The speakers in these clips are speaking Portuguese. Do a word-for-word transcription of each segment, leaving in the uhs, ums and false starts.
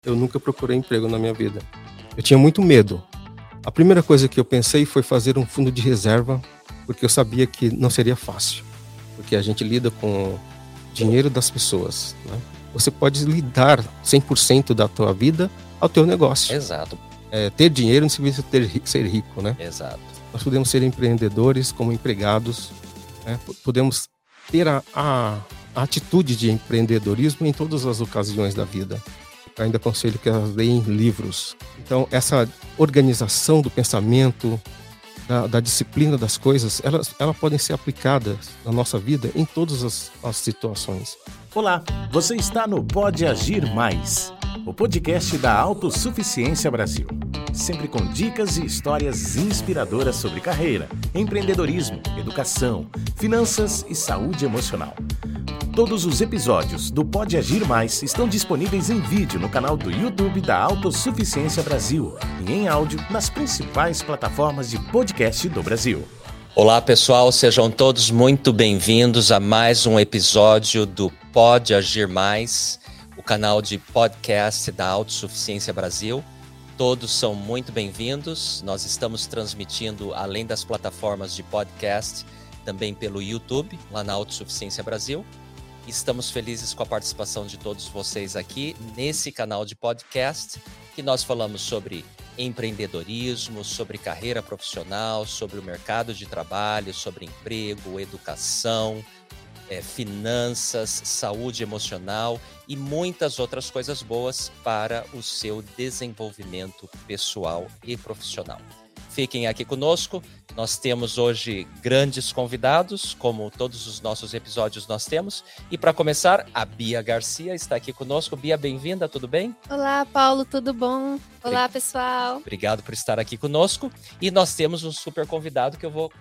Eu nunca procurei emprego na minha vida. Eu tinha muito medo. A primeira coisa que eu pensei foi fazer um fundo de reserva, porque eu sabia que não seria fácil. Porque a gente lida com dinheiro das pessoas, né? Você pode lidar cem por cento da tua vida ao teu negócio. Exato. É, ter dinheiro não significa ter, ser rico, né? Exato. Nós podemos ser empreendedores como empregados, né? Podemos ter a, a, a atitude de empreendedorismo em todas as ocasiões da vida. Eu ainda aconselho que elas leem livros. Então, essa organização do pensamento, da, da disciplina das coisas, elas, elas podem ser aplicadas na nossa vida em todas as, as situações. Olá, você está no Pode Agir Mais, o podcast da Autossuficiência Brasil. Sempre com dicas e histórias inspiradoras sobre carreira, empreendedorismo, educação, finanças e saúde emocional. Todos os episódios do Pode Agir Mais estão disponíveis em vídeo no canal do YouTube da Autossuficiência Brasil e em áudio nas principais plataformas de podcast do Brasil. Olá pessoal, sejam todos muito bem-vindos a mais um episódio do Pode Agir Mais, o canal de podcast da Autossuficiência Brasil. Todos são muito bem-vindos. Nós estamos transmitindo, além das plataformas de podcast, também pelo YouTube, lá na Autossuficiência Brasil. Estamos felizes com a participação de todos vocês aqui nesse canal de podcast, que nós falamos sobre empreendedorismo, sobre carreira profissional, sobre o mercado de trabalho, sobre emprego, educação, é, finanças, saúde emocional e muitas outras coisas boas para o seu desenvolvimento pessoal e profissional. Fiquem aqui conosco. Nós temos hoje grandes convidados, como todos os nossos episódios nós temos. E para começar, a Bia Garcia está aqui conosco. Bia, bem-vinda, tudo bem? Olá, Paulo, tudo bom? Olá, pessoal. Obrigado por estar aqui conosco. E nós temos um super convidado que eu vou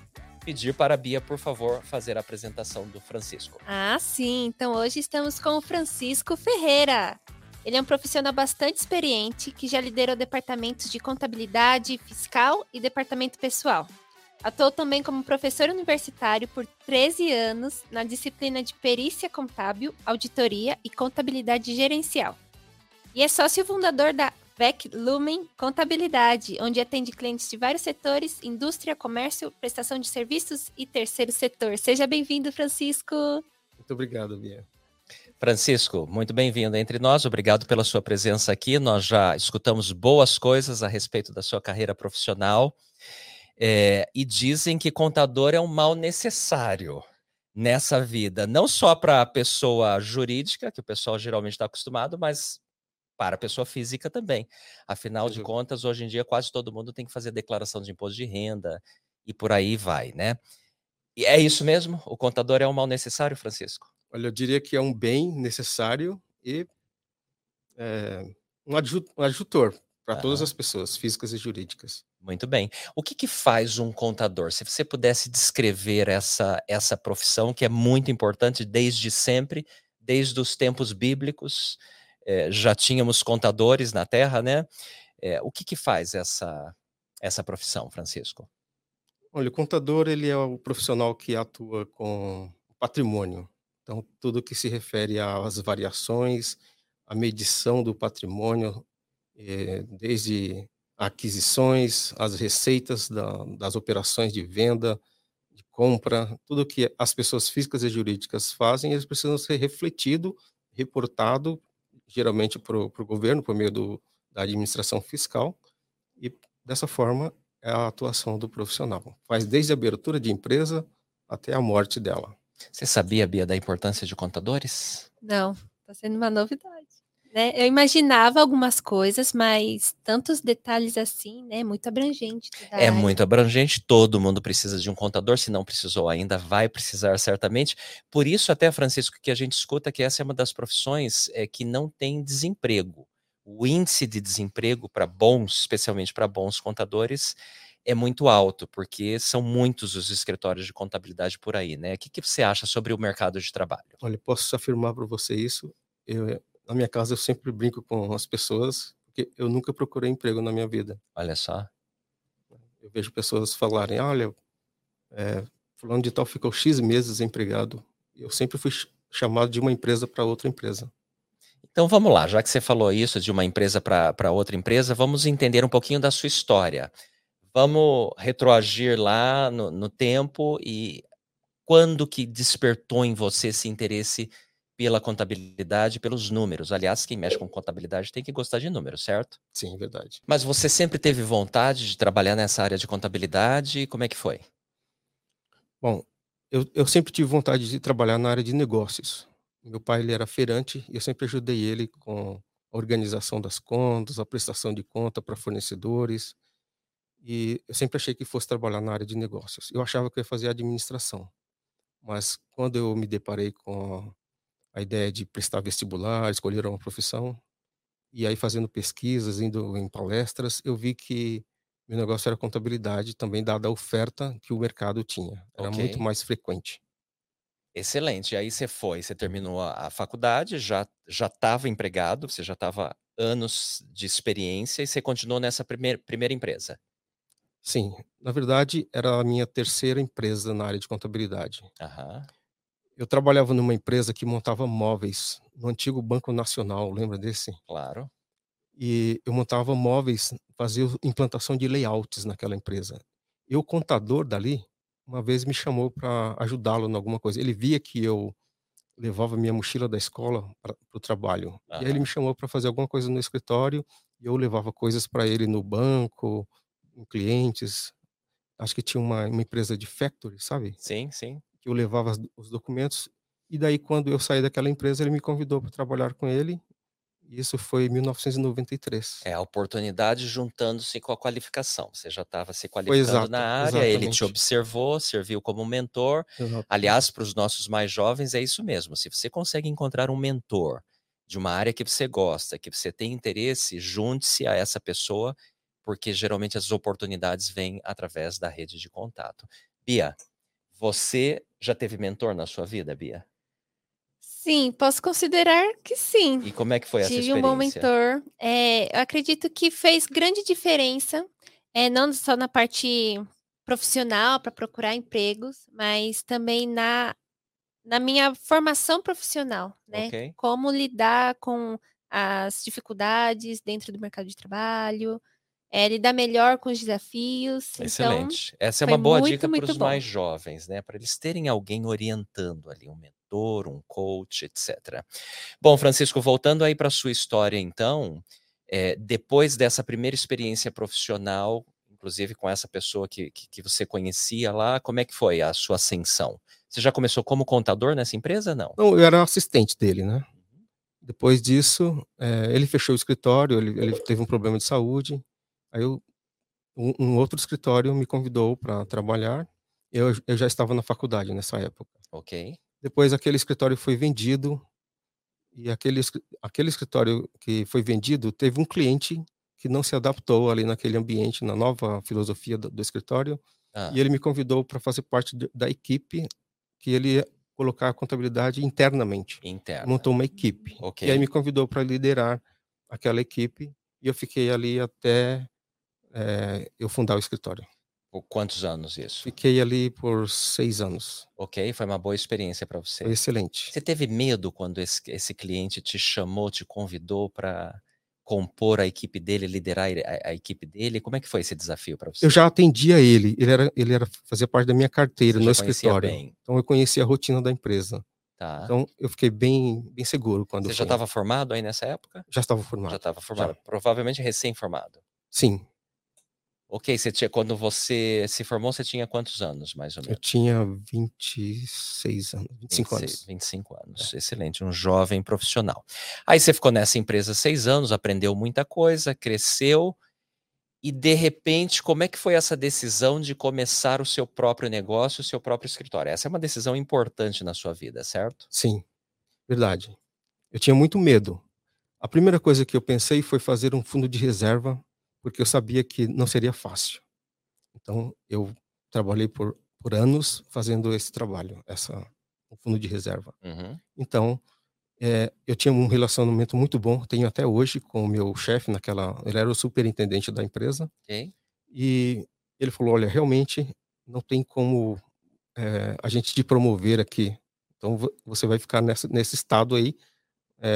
pedir para a Bia, por favor, fazer a apresentação do Francisco. Ah, sim. Então hoje estamos com o Francisco Ferreira. Ele é um profissional bastante experiente que já liderou departamentos de contabilidade, fiscal e departamento pessoal. Atuou também como professor universitário por treze anos na disciplina de perícia contábil, auditoria e contabilidade gerencial. E é sócio fundador da V E C Lumen Contabilidade, onde atende clientes de vários setores, indústria, comércio, prestação de serviços e terceiro setor. Seja bem-vindo, Francisco. Muito obrigado, Bia. Francisco, muito bem-vindo entre nós, obrigado pela sua presença aqui. Nós já escutamos boas coisas a respeito da sua carreira profissional é, e dizem que contador é um mal necessário nessa vida, não só para a pessoa jurídica, que o pessoal geralmente está acostumado, mas para a pessoa física também. Afinal de contas, hoje em dia quase todo mundo tem que fazer declaração de imposto de renda e por aí vai, né? E é isso mesmo? O contador é um mal necessário, Francisco? Olha, eu diria que é um bem necessário e é, um, adju um adjutor para Aham. todas as pessoas, físicas e jurídicas. Muito bem. O que que faz um contador? Se você pudesse descrever essa, essa profissão, que é muito importante desde sempre, desde os tempos bíblicos, eh, já tínhamos contadores na Terra, né? Eh, o que que faz essa, essa profissão, Francisco? Olha, o contador ele é o profissional que atua com patrimônio. Então, tudo que se refere às variações, à medição do patrimônio, eh, desde aquisições, as receitas da, das operações de venda, de compra, tudo que as pessoas físicas e jurídicas fazem, eles precisam ser refletido, reportado, geralmente para o governo, por meio do, da administração fiscal, e dessa forma é a atuação do profissional. Faz desde a abertura de empresa até a morte dela. Você sabia, Bia, da importância de contadores? Não, está sendo uma novidade. Né? Eu imaginava algumas coisas, mas tantos detalhes assim, né? Muito abrangente. toda a É área. muito abrangente, todo mundo precisa de um contador, se não precisou ainda, vai precisar certamente. Por isso até, Francisco, que a gente escuta que essa é uma das profissões é, que não tem desemprego. O índice de desemprego para bons, especialmente para bons contadores, é muito alto, porque são muitos os escritórios de contabilidade por aí, né? O que, que você acha sobre o mercado de trabalho? Olha, posso afirmar para você isso. Eu, na minha casa eu sempre brinco com as pessoas, porque eu nunca procurei emprego na minha vida. Olha só. Eu vejo pessoas falarem, olha, é, fulano de tal ficou X meses desempregado. Eu sempre fui ch- chamado de uma empresa para outra empresa. Então vamos lá, já que você falou isso de uma empresa para outra empresa, vamos entender um pouquinho da sua história. Vamos retroagir lá no, no tempo e quando que despertou em você esse interesse pela contabilidade, pelos números? Aliás, quem mexe com contabilidade tem que gostar de números, certo? Sim, é verdade. Mas você sempre teve vontade de trabalhar nessa área de contabilidade? Como é que foi? Bom, eu, eu sempre tive vontade de trabalhar na área de negócios. Meu pai ele era feirante e eu sempre ajudei ele com a organização das contas, a prestação de conta para fornecedores. E eu sempre achei que fosse trabalhar na área de negócios. Eu achava que eu ia fazer administração, mas quando eu me deparei com a ideia de prestar vestibular, escolher uma profissão, e aí fazendo pesquisas, indo em palestras, eu vi que meu negócio era contabilidade, também dada a oferta que o mercado tinha. Era muito Ok, mais frequente. excelente. Aí você foi, você terminou a, a faculdade, já já estava empregado, você já estava anos de experiência e você continuou nessa primeira, primeira empresa. Sim, na verdade, era a minha terceira empresa na área de contabilidade. Aham, Eu trabalhava numa empresa que montava móveis no antigo Banco Nacional, lembra desse? claro. E eu montava móveis, fazia implantação de layouts naquela empresa. E o contador dali, uma vez me chamou para ajudá-lo em alguma coisa. Ele via que eu levava minha mochila da escola para o trabalho. E aí ele me Aham. chamou para fazer alguma coisa no escritório, e eu levava coisas para ele no banco, em clientes. Acho que tinha uma uma empresa de factory, sabe, Sim, sim. que eu levava as os documentos, e daí quando eu saí daquela empresa, ele me convidou para trabalhar com ele, e isso foi em mil novecentos e noventa e três. É a oportunidade juntando-se com a qualificação. Você já estava se Foi qualificando na exato, área, ele te exatamente, observou, serviu como mentor. Aliás, exatamente. para os nossos mais jovens é isso mesmo. Se você consegue encontrar um mentor de uma área que você gosta, que você tem interesse, junte-se a essa pessoa, porque geralmente as oportunidades vêm através da rede de contato. Bia, você já teve mentor na sua vida, Bia? Sim, posso considerar que sim. E como é que foi essa Tive um bom experiência? mentor. Eh, eu acredito que fez grande diferença, eh, não só na parte profissional para procurar empregos, mas também na na minha formação profissional, né. Ok? Como lidar com as dificuldades dentro do mercado de trabalho, eh, lidar melhor com os desafios, então Excelente. Essa é foi uma boa dica muito, para muito os bom. mais jovens, né, para eles terem alguém orientando ali, um mentor, um coach, etcétera. Bom, Francisco, voltando aí para a sua história então, eh, depois dessa primeira experiência profissional, inclusive com essa pessoa que que que você conhecia lá, como é que foi a sua ascensão? Você já começou como contador nessa empresa, não? Não, eu era assistente dele, né. Uhum. Depois disso, eh, ele fechou o escritório, ele ele teve um problema de saúde, aí eu um um outro escritório me convidou para trabalhar, eu eu já estava na faculdade nessa época. Ok. Depois aquele escritório foi vendido, e aquele escri aquele escritório que foi vendido, teve um cliente que não se adaptou ali naquele ambiente, na nova filosofia do do escritório, e Ah, ele me convidou para fazer parte d da equipe que ele ia colocar a contabilidade internamente. interna. Montou uma equipe. Ok. E aí me convidou para liderar aquela equipe, e eu fiquei ali até, eh, eu fundar o escritório. Por quantos anos isso? Fiquei ali por seis anos. Ok, foi uma boa experiência para Foi você. excelente. Você teve medo quando esse esse cliente te chamou, te convidou para compor a equipe dele, liderar ele a a equipe dele? Como é que foi esse desafio para Eu você? já atendia ele, ele era ele era fazia parte da minha carteira Você no já conhecia escritório, bem, então eu conhecia a rotina da empresa. tá. Então eu fiquei bem bem seguro quando Você já fui. estava formado aí nessa época? Já estava Já formado, estava formado, já. provavelmente recém-formado. Sim, Ok, você tinha quando você se formou, você tinha quantos anos, mais ou eu menos? tinha vinte e seis anos, vinte e cinco vinte e seis, anos. vinte e cinco anos, É. excelente, um jovem profissional. Aí você ficou nessa empresa seis anos, aprendeu muita coisa, cresceu. E de repente, como é que foi essa decisão de começar o seu próprio negócio, o seu próprio escritório? Essa é uma decisão importante na sua vida, certo? Sim, verdade. Eu tinha muito medo. A primeira coisa que eu pensei foi fazer um fundo de reserva, porque eu sabia que não seria fácil. Então eu trabalhei por por anos fazendo esse trabalho, essa um fundo de reserva. Uhum, Então, eh, eu tinha um relacionamento muito bom, tenho até hoje com o meu chefe naquela ele era o superintendente da empresa, ok. e ele falou: "Olha, realmente não tem como, eh, a gente te promover aqui, então vo você vai ficar nessa nesse estado aí,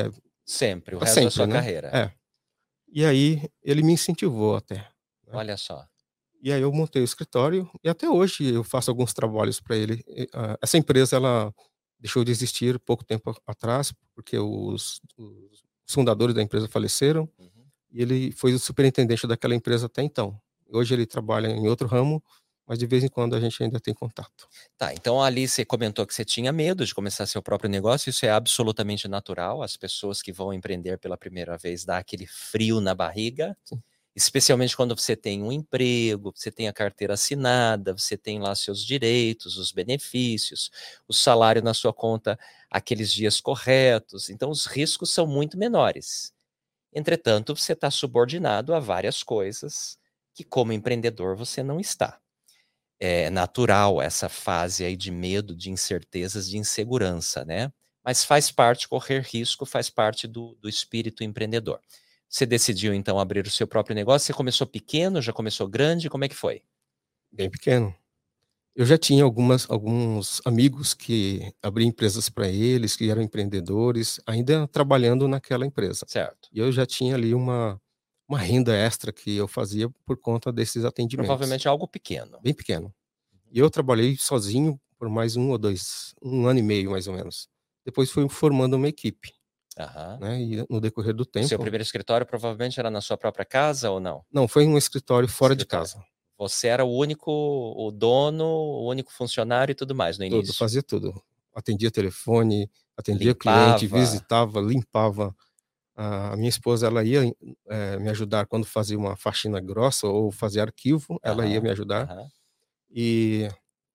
Sempre, o pra resto da sempre, sua né? carreira. É. E aí ele me incentivou até, né? Olha só. E aí eu montei o escritório e até hoje eu faço alguns trabalhos para ele. E, ah, essa empresa ela deixou de existir pouco tempo a- atrás, porque os, os fundadores da empresa faleceram Uhum. e ele foi o superintendente daquela empresa até então. Hoje ele trabalha em outro ramo, mas de vez em quando a gente ainda tem contato. Tá, então ali você comentou que você tinha medo de começar seu próprio negócio, isso é absolutamente natural. As pessoas que vão empreender pela primeira vez dá aquele frio na barriga, Sim. especialmente quando você tem um emprego, você tem a carteira assinada, você tem lá seus direitos, os benefícios, o salário na sua conta, aqueles dias corretos. Então os riscos são muito menores. Entretanto, você está subordinado a várias coisas que, como empreendedor, você não está. É natural essa fase aí de medo, de incertezas, de insegurança, né? Mas faz parte, correr risco faz parte do, do espírito empreendedor. Você decidiu então abrir o seu próprio negócio? Você começou pequeno, já começou grande? Como é que foi? Bem pequeno. Eu já tinha algumas, alguns amigos que abri empresas para eles, que eram empreendedores, ainda trabalhando naquela empresa. Certo. E eu já tinha ali uma, uma renda extra que eu fazia por conta desses atendimentos. Provavelmente algo pequeno. Bem pequeno. E eu trabalhei sozinho por mais um ou dois, um ano e meio mais ou menos. Depois fui formando uma equipe, Aham. né? E no decorrer do O seu tempo, primeiro escritório provavelmente era na sua própria casa ou não? não, foi um escritório fora de Escritório. casa. Você era o único, o dono, o único funcionário e tudo mais no Tudo, início. fazia tudo. Atendia telefone, atendia cliente, Limpava. visitava, limpava. A minha esposa, ela ia eh, me ajudar quando fazia uma faxina grossa ou fazia arquivo, ela ia Aham, me ajudar. aham. E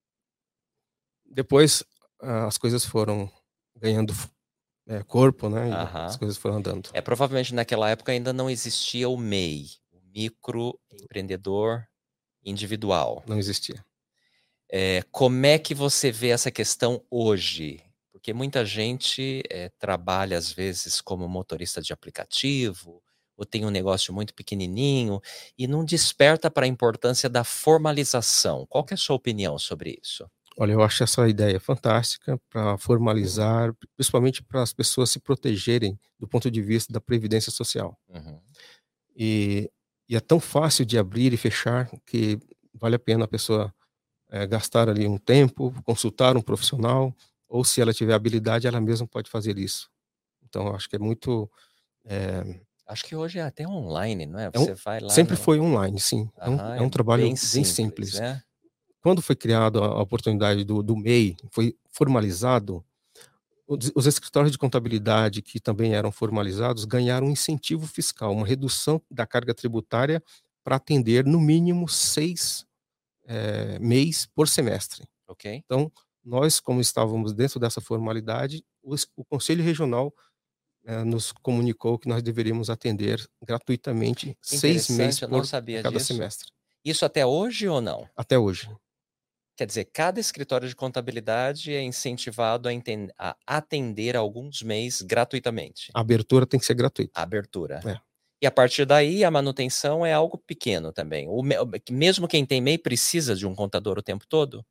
depois ah, as coisas foram ganhando eh, corpo, né? E as Aham. coisas foram andando. É, provavelmente naquela época ainda não existia o M E I, o microempreendedor individual. Não existia. É, como é que você vê essa questão hoje? Porque muita gente é, trabalha às vezes como motorista de aplicativo, ou tem um negócio muito pequenininho, e não desperta para a importância da formalização. Qual que é a sua opinião sobre isso? Olha, eu acho essa ideia fantástica para formalizar, principalmente para as pessoas se protegerem do ponto de vista da previdência social. Uhum. E, e é tão fácil de abrir e fechar que vale a pena a pessoa é, gastar ali um tempo, consultar um profissional, ou se ela tiver habilidade, ela mesma pode fazer isso. Então, eu acho que é muito. É, Acho que hoje é até online, não é? é um, Você vai lá sempre no... foi online, sim. É um, Aham, é um é trabalho bem bem simples, simples. né? Quando foi criada a oportunidade do, do M E I, foi formalizado, os, os escritórios de contabilidade, que também eram formalizados, ganharam um incentivo fiscal, uma redução da carga tributária para atender no mínimo seis é, M E Is por semestre. Ok. Então, nós, como estávamos dentro dessa formalidade, os, o Conselho Regional eh, nos comunicou que nós deveríamos atender gratuitamente seis M E Is Interessante, eu não por sabia cada disso. semestre, Isso até hoje ou não? até hoje. Quer dizer, cada escritório de contabilidade é incentivado a, enten- a atender alguns M E Is gratuitamente. A abertura tem que ser gratuita. A abertura. É. E a partir daí, a manutenção é algo pequeno também. O me- mesmo quem tem M E I precisa de um contador o tempo todo?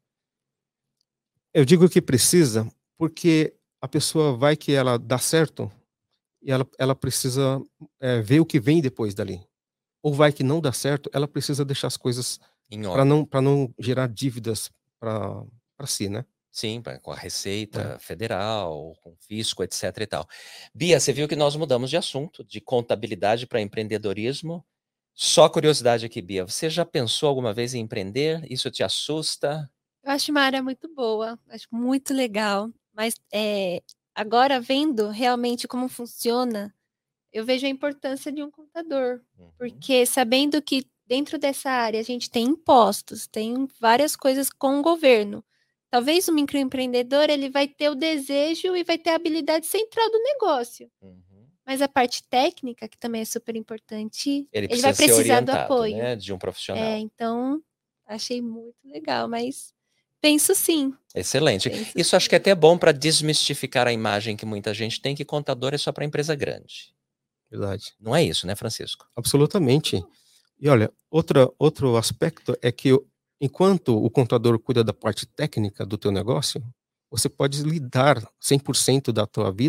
Eu digo que precisa porque a pessoa vai que ela dá certo e ela, ela precisa eh, ver o que vem depois dali. Ou vai que não dá certo, ela precisa deixar as coisas Em para ordem. não, para não gerar dívidas para si, né? Sim, pra- com a É. Receita Federal, com o fisco, etc e tal. Bia, você viu que nós mudamos de assunto, de contabilidade para empreendedorismo. Só curiosidade aqui, Bia, você já pensou alguma vez em empreender? Isso te assusta? Eu acho uma área muito boa, acho muito legal, mas é, agora vendo realmente como funciona, eu vejo a importância de um contador, Uhum. porque sabendo que dentro dessa área a gente tem impostos, tem várias coisas com o governo. Talvez o microempreendedor ele vai ter o desejo e vai ter a habilidade central do negócio, Uhum. mas a parte técnica, que também é super importante, Ele ele vai precisa ser precisar do orientado, apoio. né, de um É, profissional. então achei muito legal, mas penso sim. Excelente. Penso Isso acho que é até bom para desmistificar a imagem que muita gente tem que contador é só para empresa grande. Verdade. Não é isso, né, Francisco? Absolutamente. E olha, outra, outro aspecto é que o- enquanto o contador cuida da parte técnica do teu negócio, você pode lidar cem por cento da tua vida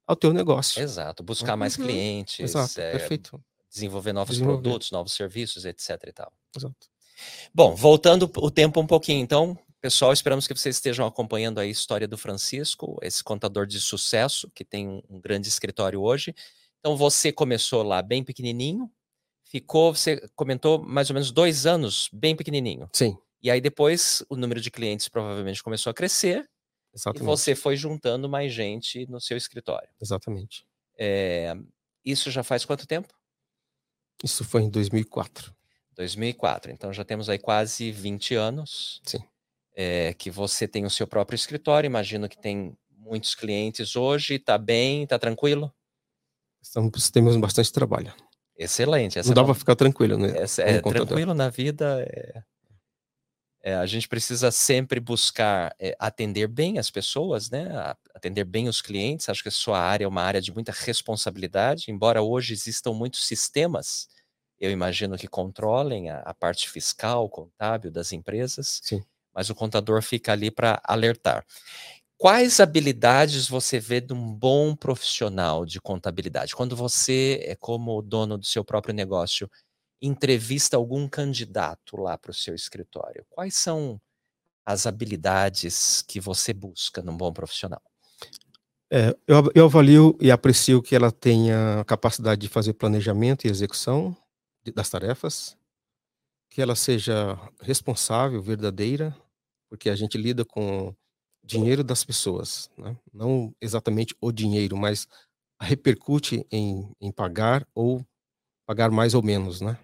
ao teu negócio. Exato, buscar mais Uhum. clientes, Exato, é, perfeito. desenvolver novos Desenvolver. produtos, novos serviços, etc e tal. Exato. Bom, voltando o tempo um pouquinho, então, pessoal, esperamos que vocês estejam acompanhando a história do Francisco, esse contador de sucesso, que tem um, um grande escritório hoje. Então, você começou lá bem pequenininho, ficou, você comentou, mais ou menos dois anos bem pequenininho. Sim, E aí depois o número de clientes provavelmente começou a crescer e exatamente. você foi juntando mais gente no seu escritório. Exatamente. É, isso já faz quanto tempo? Isso foi em dois mil e quatro. dois mil e quatro, então já temos aí quase vinte anos. Sim. É, que você tem o seu próprio escritório, imagino que tem muitos clientes hoje, está bem, está tranquilo? Estamos, temos bastante trabalho. Excelente. Essa Não é dá uma- para ficar tranquilo, né? essa como é contador. tranquilo na vida. É, é, a gente precisa sempre buscar é, atender bem as pessoas, né? A- Atender bem os clientes. Acho que a sua área é uma área de muita responsabilidade, embora hoje existam muitos sistemas, eu imagino que controlem a, a parte fiscal, contábil das empresas, Sim. mas o contador fica ali para alertar. Quais habilidades você vê de um bom profissional de contabilidade? Quando você, é como dono do seu próprio negócio, entrevista algum candidato lá para o seu escritório, quais são as habilidades que você busca num bom profissional? É, eu, av- eu avalio e aprecio que ela tenha a capacidade de fazer planejamento e execução de- das tarefas, que ela seja responsável, verdadeira, porque a gente lida com dinheiro das pessoas, né? Não exatamente o dinheiro, mas repercute em, em pagar ou pagar mais ou menos, né?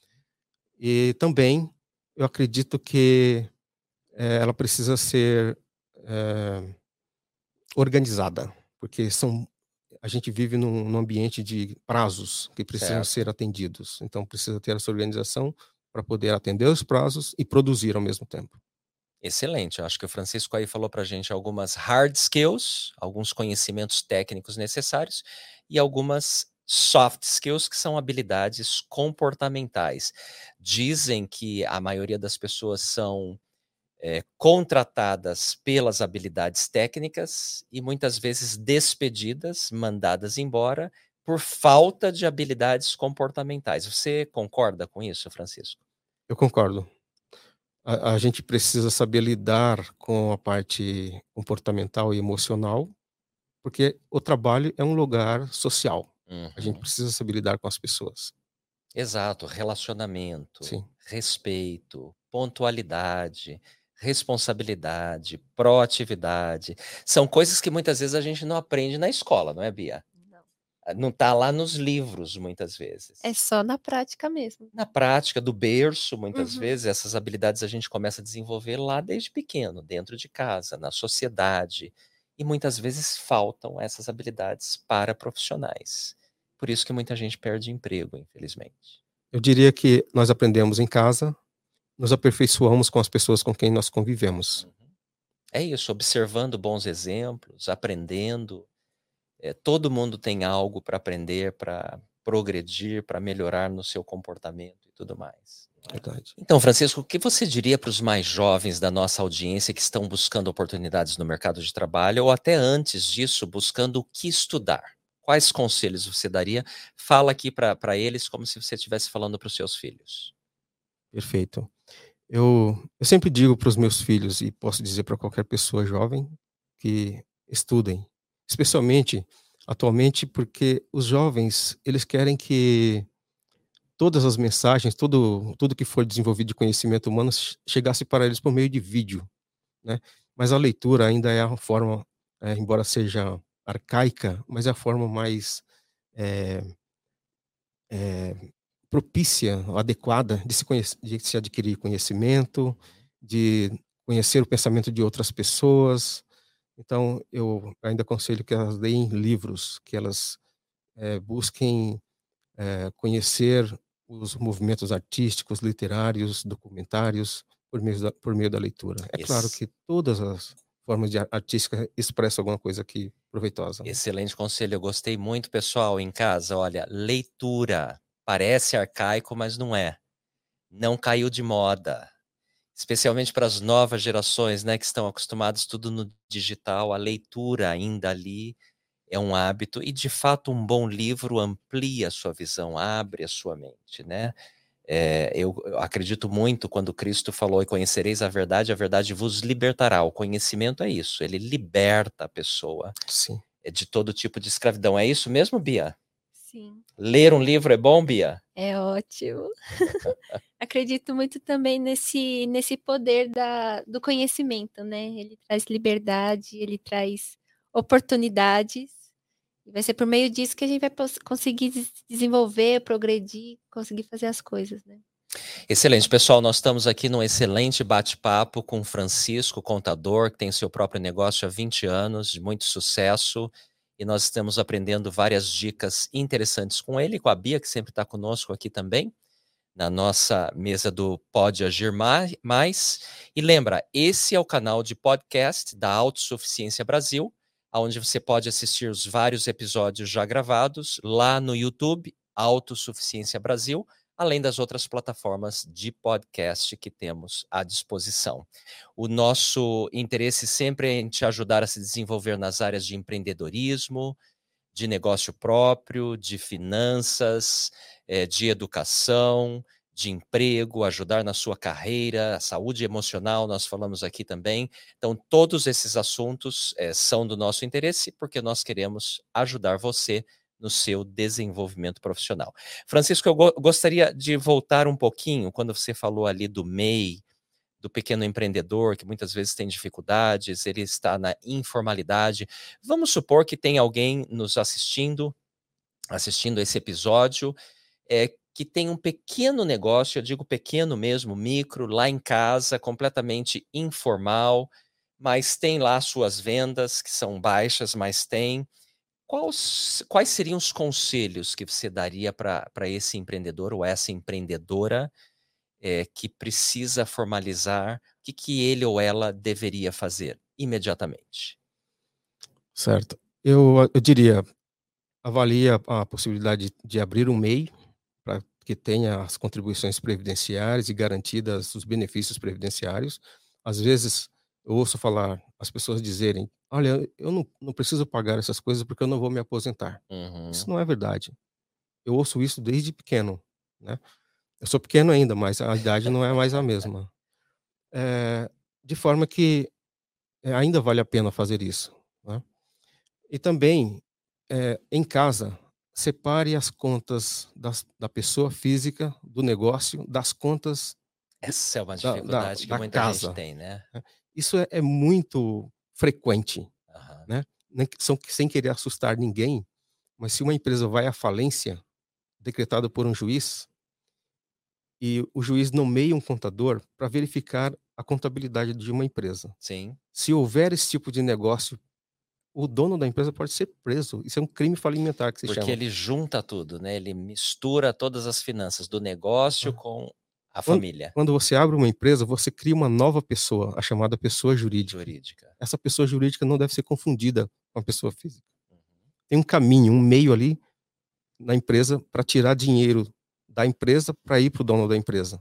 E também eu acredito que eh, ela precisa ser eh, organizada, porque são a gente vive num, num ambiente de prazos que precisam Certo. ser atendidos. Então precisa ter essa organização para poder atender os prazos e produzir ao mesmo tempo. Excelente. Eu acho que o Francisco aí falou para a gente algumas hard skills, alguns conhecimentos técnicos necessários e algumas soft skills, que são habilidades comportamentais. Dizem que a maioria das pessoas são é, contratadas pelas habilidades técnicas e muitas vezes despedidas, mandadas embora por falta de habilidades comportamentais. Você concorda com isso, Francisco? Eu concordo. A, a gente precisa saber lidar com a parte comportamental e emocional, porque o trabalho é um lugar social. A gente Uhum. precisa saber lidar com as pessoas. Exato, relacionamento, Sim. respeito, pontualidade, responsabilidade, proatividade. São coisas que muitas vezes a gente não aprende na escola, não é, Bia? Não. Ah, Não está lá nos livros, muitas vezes. É só na prática mesmo. Na prática, do berço, muitas Uhum. vezes, essas habilidades a gente começa a desenvolver lá desde pequeno, dentro de casa, na sociedade. E muitas vezes faltam essas habilidades para profissionais. Por isso que muita gente perde emprego, infelizmente. Eu diria que nós aprendemos em casa, nos aperfeiçoamos com as pessoas com quem nós convivemos. É isso, observando bons exemplos, aprendendo. Eh, todo mundo tem algo para aprender, para progredir, para melhorar no seu comportamento e tudo mais. Verdade. Então, Francisco, o que você diria para os mais jovens da nossa audiência que estão buscando oportunidades no mercado de trabalho ou até antes disso, buscando o que estudar? Quais conselhos você daria? Fala aqui para eles como se você estivesse falando para os seus filhos. Perfeito. Eu, eu sempre digo para os meus filhos, e posso dizer para qualquer pessoa jovem, que estudem. Especialmente, atualmente, porque os jovens, eles querem que todas as mensagens, tudo, tudo que for desenvolvido de conhecimento humano che- chegasse para eles por meio de vídeo, né? Mas a leitura ainda é a forma, eh, embora seja arcaica, mas é a forma mais eh, eh, propícia, adequada de se, conhece, de se adquirir conhecimento, de conhecer o pensamento de outras pessoas. Então, eu ainda aconselho que elas leem livros, que elas eh, busquem eh, conhecer os movimentos artísticos, literários, documentários, por meio da, por meio da leitura. É claro Esse- que todas as formas de ar- artística expressam alguma coisa aqui proveitosa, né? Excelente conselho, eu gostei muito, pessoal, em casa. Olha, leitura. Parece arcaico, mas não é. Não caiu de moda. Especialmente para as novas gerações, né, que estão acostumados tudo no digital, a leitura ainda ali é um hábito e, de fato, um bom livro amplia a sua visão, abre a sua mente, né? É, eu, eu acredito muito quando Cristo falou: e conhecereis a verdade, a verdade vos libertará. O conhecimento é isso, ele liberta a pessoa Sim. de todo tipo de escravidão. É isso mesmo, Bia? Sim. Ler um livro é bom, Bia? É ótimo. Acredito muito também nesse, nesse poder da, do conhecimento, né? Ele traz liberdade, ele traz oportunidades. E vai ser por meio disso que a gente vai conseguir desenvolver, progredir, conseguir fazer as coisas, né? Excelente, pessoal. Nós estamos aqui num excelente bate-papo com Francisco, contador, que tem seu próprio negócio há vinte anos, de muito sucesso. E nós estamos aprendendo várias dicas interessantes com ele e com a Bia, que sempre está conosco aqui também, na nossa mesa do Pode Agir Mais. E lembra, esse é o canal de podcast da Autossuficiência Brasil, onde você pode assistir os vários episódios já gravados lá no YouTube, Autossuficiência Brasil, além das outras plataformas de podcast que temos à disposição. O nosso interesse sempre é em te ajudar a se desenvolver nas áreas de empreendedorismo, de negócio próprio, de finanças, eh, de educação, de emprego, ajudar na sua carreira, saúde emocional, nós falamos aqui também. Então, todos esses assuntos eh, são do nosso interesse, porque nós queremos ajudar você no seu desenvolvimento profissional. Francisco, eu go- gostaria de voltar um pouquinho, quando você falou ali do M E I, do pequeno empreendedor, que muitas vezes tem dificuldades, ele está na informalidade. Vamos supor que tem alguém nos assistindo, assistindo esse episódio, é, que tem um pequeno negócio, eu digo pequeno mesmo, micro, lá em casa, completamente informal, mas tem lá suas vendas, que são baixas, mas tem. Quais, quais seriam os conselhos que você daria para esse empreendedor ou essa empreendedora é, que precisa formalizar? O que, que ele ou ela deveria fazer imediatamente? Certo. Eu, eu diria, avalie a, a possibilidade de, de abrir um M E I para que tenha as contribuições previdenciárias e garantidas os benefícios previdenciários. Às vezes, eu ouço falar, as pessoas dizerem: olha, eu não, não preciso pagar essas coisas porque eu não vou me aposentar. Uhum. Isso não é verdade. Eu ouço isso desde pequeno, né? Eu sou pequeno ainda, mas a idade não é mais a mesma. É, de forma que é, ainda vale a pena fazer isso, né? E também, eh, em casa, separe as contas das da pessoa física, do negócio, das contas Essa é uma da da dificuldade que da muita gente casa, tem, né? né. Isso é é muito frequente, Aham. né. Nem que são sem querer assustar ninguém, mas se uma empresa vai à falência, decretada por um juiz, e o juiz nomeia um contador para verificar a contabilidade de uma empresa. Sim. Se houver esse tipo de negócio, o dono da empresa pode ser preso. Isso é um crime falimentar que se Porque chama. ele junta tudo, né? Ele mistura todas as finanças do negócio Ah. com a Quando família quando você abre uma empresa, você cria uma nova pessoa, a chamada pessoa jurídica. jurídica. Essa pessoa jurídica não deve ser confundida com a pessoa física. Uhum. Tem um caminho, um meio ali na empresa para tirar dinheiro da empresa para ir para o dono da empresa.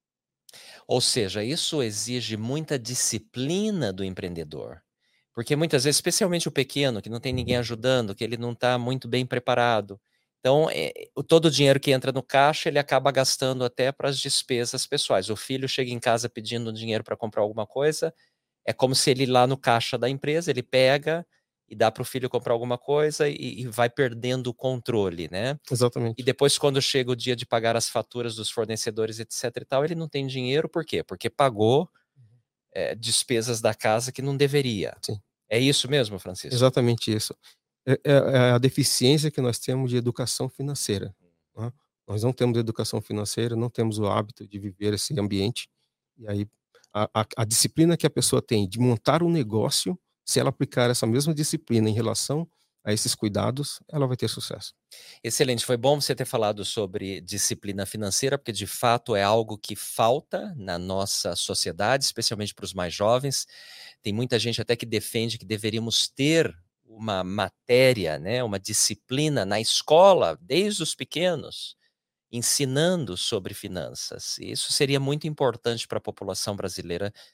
Ou seja, isso exige muita disciplina do empreendedor. Porque muitas vezes, especialmente o pequeno, que não tem ninguém ajudando, que ele não está muito bem preparado. Então, é, o- todo o dinheiro que entra no caixa, ele acaba gastando até para as despesas pessoais. O filho chega em casa pedindo dinheiro para comprar alguma coisa, é como se ele lá no caixa da empresa, ele pega e dá para o filho comprar alguma coisa e, e vai perdendo o controle, né? E Exatamente. depois, quando chega o dia de pagar as faturas dos fornecedores, etc e tal, ele não tem dinheiro, por quê? Porque pagou é, despesas da casa que não deveria. Sim, É isso mesmo, Francisco? exatamente isso. É é é a deficiência que nós temos de educação financeira, né. Nós não temos educação financeira, não temos o hábito de viver esse ambiente, e aí a a a disciplina que a pessoa tem de montar um negócio, se ela aplicar essa mesma disciplina em relação a esses cuidados, ela vai ter sucesso. Excelente, foi bom você ter falado sobre disciplina financeira, porque de fato é algo que falta na nossa sociedade, especialmente para os mais jovens. Tem muita gente até que defende que deveríamos ter uma matéria, né, uma disciplina na escola, desde os pequenos, ensinando sobre finanças. E isso seria muito importante para a população brasileira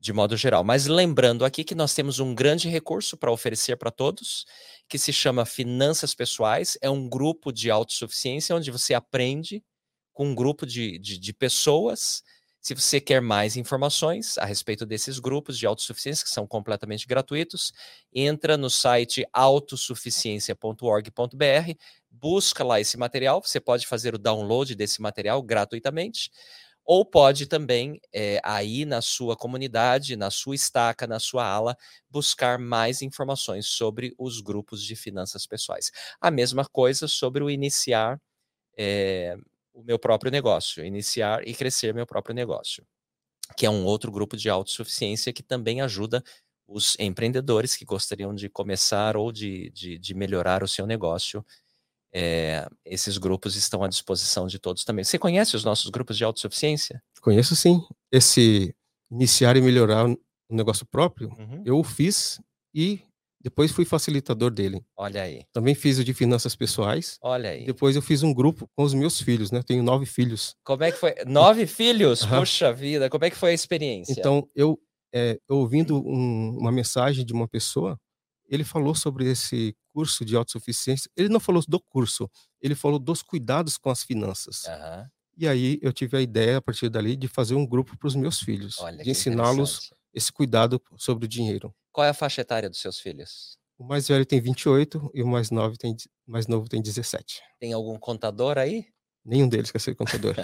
de modo geral. Mas lembrando aqui que nós temos um grande recurso para oferecer para todos, que se chama Finanças Pessoais. É um grupo de autossuficiência onde você aprende com um grupo de, de, de pessoas. Se você quer mais informações a respeito desses grupos de autossuficiência, que são completamente gratuitos, entra no site autossuficiência ponto org ponto br, busca lá esse material, você pode fazer o download desse material gratuitamente, ou pode também, é, aí na sua comunidade, na sua estaca, na sua ala, buscar mais informações sobre os grupos de finanças pessoais. A mesma coisa sobre o iniciar é, o meu próprio negócio, iniciar e crescer meu próprio negócio, que é um outro grupo de autossuficiência que também ajuda os empreendedores que gostariam de começar ou de, de, de melhorar o seu negócio. É, esses grupos estão à disposição de todos também. Você conhece os nossos grupos de autossuficiência? Conheço sim. Esse iniciar e melhorar um negócio próprio, Uhum. eu o fiz e depois fui facilitador dele. Olha aí. Também fiz o de finanças pessoais. Olha aí. Depois eu fiz um grupo com os meus filhos, né? Tenho nove filhos. Como é que foi? Nove filhos? Aham. Puxa vida, como é que foi a experiência? Então, eu, é, ouvindo um, uma mensagem de uma pessoa, ele falou sobre esse curso de autossuficiência. Ele não falou do curso, ele falou dos cuidados com as finanças. Aham. E aí eu tive a ideia, a partir dali, de fazer um grupo para os meus filhos, Olha de que ensiná-los interessante. esse cuidado sobre o dinheiro. Qual é a faixa etária dos seus filhos? O mais velho tem vinte e oito e o mais novo tem, mais novo tem dezessete. Tem algum contador aí? Nenhum deles quer ser contador.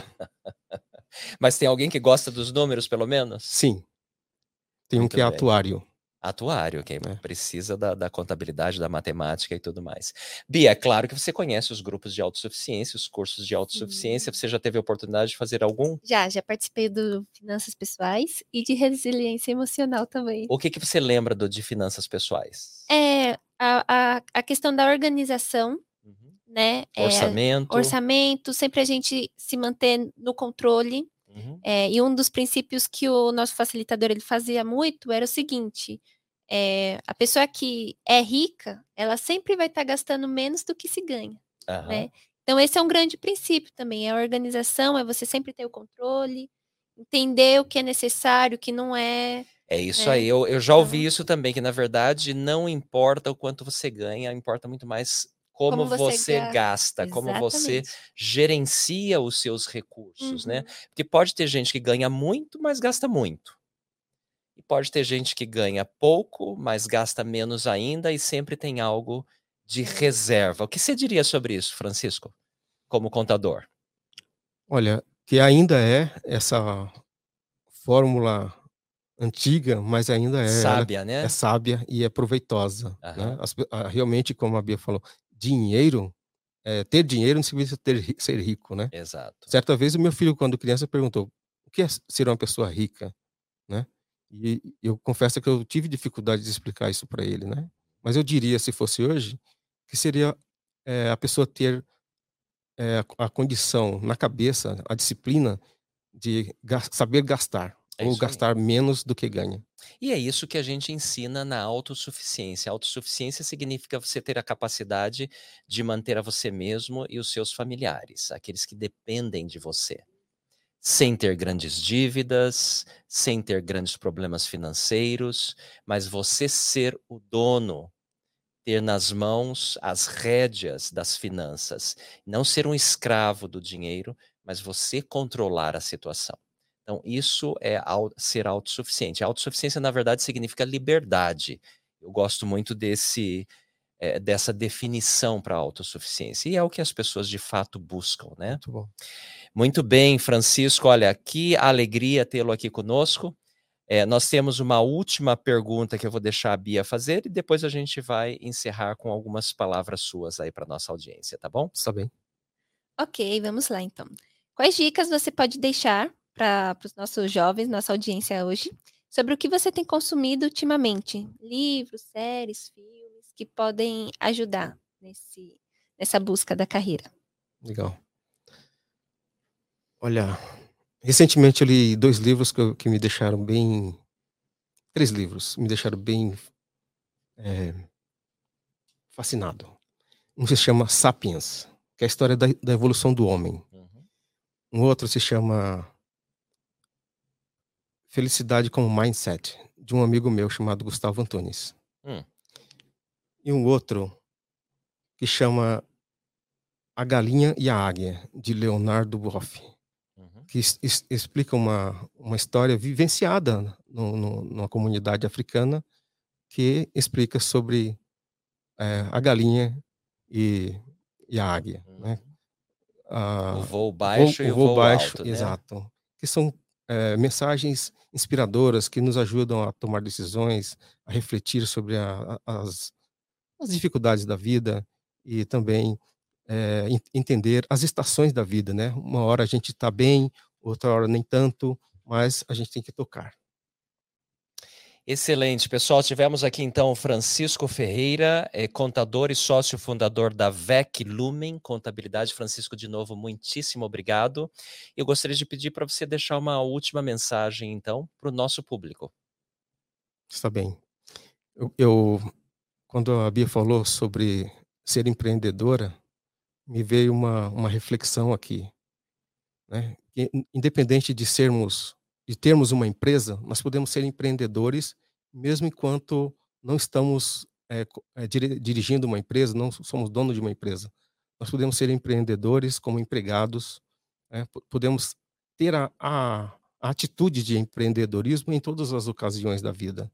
Mas tem alguém que gosta dos números, pelo menos? Sim. Tem um Muito que é bem. atuário. Atuário, quem É. precisa da, da contabilidade, da matemática e tudo mais. Bia, é claro que você conhece os grupos de autossuficiência, os cursos de autossuficiência. Você já teve a oportunidade de fazer algum? Já, já participei do Finanças Pessoais e de Resiliência Emocional também. O que, que você lembra do de finanças pessoais? É a, a, a questão da organização, Uhum. né? É, Orçamento. orçamento, sempre a gente se manter no controle. Uhum. É, e um dos princípios que o nosso facilitador ele fazia muito era o seguinte: é, a pessoa que é rica, ela sempre vai estar gastando menos do que se ganha, Aham. né? Então esse é um grande princípio também, é a organização, é você sempre ter o controle, entender o que é necessário, o que não é. É isso né? aí. Eu, eu já ouvi Então- isso também, que na verdade não importa o quanto você ganha, importa muito mais como, Como você você ga- gasta, como você Exatamente. gerencia os seus recursos, né? Uhum. Porque pode ter gente que ganha muito, mas gasta muito. E pode ter gente que ganha pouco, mas gasta menos ainda e sempre tem algo de reserva. O que você diria sobre isso, Francisco, como contador? Olha, que ainda é essa fórmula antiga, mas ainda é, ela Sábia, né? é sábia e é proveitosa, né? Aham. As pe- ah, realmente, como a Bia falou, dinheiro, é, ter dinheiro não significa ter, ri- ser rico, né? Exato. Certa vez o meu filho, quando criança, perguntou: o que é ser uma pessoa rica, né? E eu confesso que eu tive dificuldade de explicar isso para ele, né? Mas eu diria, se fosse hoje, que seria é, a pessoa ter é, a a condição na cabeça, a disciplina de gas- saber gastar, É ou isso aí. gastar menos do que ganha. E é isso que a gente ensina na autossuficiência. Autossuficiência significa você ter a capacidade de manter a você mesmo e os seus familiares, aqueles que dependem de você, sem ter grandes dívidas, sem ter grandes problemas financeiros, mas você ser o dono, ter nas mãos as rédeas das finanças, não ser um escravo do dinheiro, mas você controlar a situação. Então, isso é au- ser autossuficiente. A autossuficiência, na verdade, significa liberdade. Eu gosto muito desse, eh, dessa definição para a autossuficiência. E é o que as pessoas de fato buscam, né? Muito bom. Muito bem, Francisco. Olha, que alegria tê-lo aqui conosco. É, nós temos uma última pergunta que eu vou deixar a Bia fazer e depois a gente vai encerrar com algumas palavras suas aí para nossa audiência, tá bom? Está bem. Ok, vamos lá então. Quais dicas você pode deixar para os nossos jovens, nossa audiência hoje, sobre o que você tem consumido ultimamente? Livros, séries, filmes que podem ajudar nesse, nessa busca da carreira. Legal. Olha, recentemente eu li dois livros que, eu- que me deixaram bem. Três livros me deixaram bem é, fascinado. Um se chama Sapiens, que é a história da, da evolução do homem. Uhum. Um outro se chama Felicidade como Mindset, de um amigo meu chamado Gustavo Antunes. Hum. E um outro que chama A Galinha e a Águia, de Leonardo Boff, Uhum. que es, es, explica uma, uma história vivenciada no, no, numa comunidade africana, que explica sobre é, a galinha e, e a águia. Uhum. Né? A, o voo baixo o voo, e o o voo, voo baixo, alto, né? Exato. Que são é, mensagens inspiradoras que nos ajudam a tomar decisões, a refletir sobre a, a, as, as dificuldades da vida e também é, entender as estações da vida, né? Uma hora a gente está bem, outra hora nem tanto, mas a gente tem que tocar. Excelente, pessoal. Tivemos aqui então o Francisco Ferreira, é, contador e sócio fundador da V E C Lumen Contabilidade. Francisco, de novo, muitíssimo obrigado. Eu gostaria de pedir para você deixar uma última mensagem, então, para o nosso público. Está bem. Eu, eu, quando a Bia falou sobre ser empreendedora, me veio uma, uma reflexão aqui, né? Que, independente de sermos, de termos uma empresa, nós podemos ser empreendedores mesmo enquanto não estamos é, é, dirigindo uma empresa, não somos donos de uma empresa. Nós podemos ser empreendedores como empregados, é, podemos ter a, a, a atitude de empreendedorismo em todas as ocasiões da vida.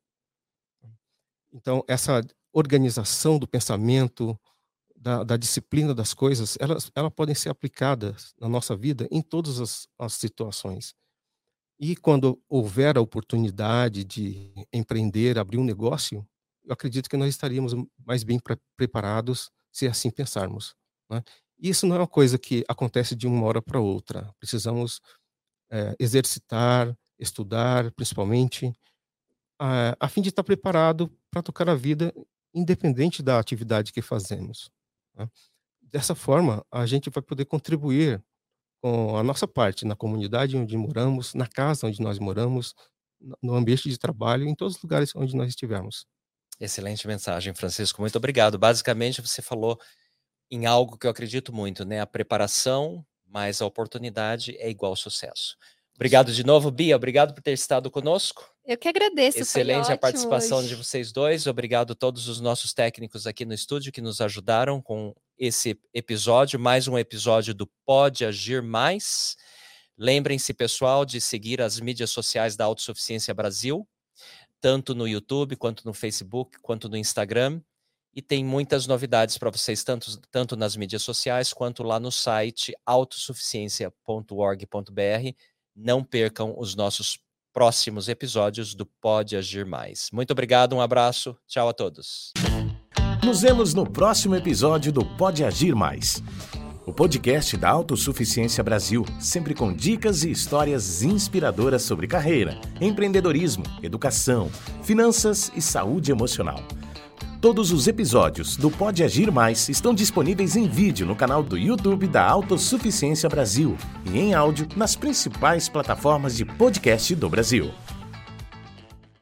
Então, essa organização do pensamento, da, da disciplina das coisas, elas, elas podem ser aplicadas na nossa vida em todas as, as situações. E quando houver a oportunidade de empreender, abrir um negócio, eu acredito que nós estaríamos mais bem pre- preparados se assim pensarmos. Né? Isso não é uma coisa que acontece de uma hora para outra. Precisamos é, exercitar, estudar, principalmente, a, a fim de estar preparado para tocar a vida independente da atividade que fazemos. Né? Dessa forma, a gente vai poder contribuir com a nossa parte na comunidade onde moramos, na casa onde nós moramos, no ambiente de trabalho, em todos os lugares onde nós estivermos. Excelente mensagem, Francisco. Muito obrigado. Basicamente, você falou em algo que eu acredito muito, né? A preparação mais a oportunidade é igual ao sucesso. Obrigado de novo, Bia. Obrigado por ter estado conosco. Eu que agradeço. Excelente a participação hoje. de vocês dois. Obrigado a todos os nossos técnicos aqui no estúdio que nos ajudaram com esse episódio, mais um episódio do Pode Agir Mais. Lembrem-se, pessoal, de seguir as mídias sociais da Autossuficiência Brasil, tanto no YouTube, quanto no Facebook, quanto no Instagram. E tem muitas novidades para vocês, tanto, tanto nas mídias sociais, quanto lá no site autossuficiência ponto org ponto br. Não percam os nossos próximos episódios do Pode Agir Mais. Muito obrigado, um abraço, tchau a todos. Nos vemos no próximo episódio do Pode Agir Mais, o podcast da Autossuficiência Brasil, sempre com dicas e histórias inspiradoras sobre carreira, empreendedorismo, educação, finanças e saúde emocional. Todos os episódios do Pode Agir Mais estão disponíveis em vídeo no canal do YouTube da Autossuficiência Brasil e em áudio nas principais plataformas de podcast do Brasil.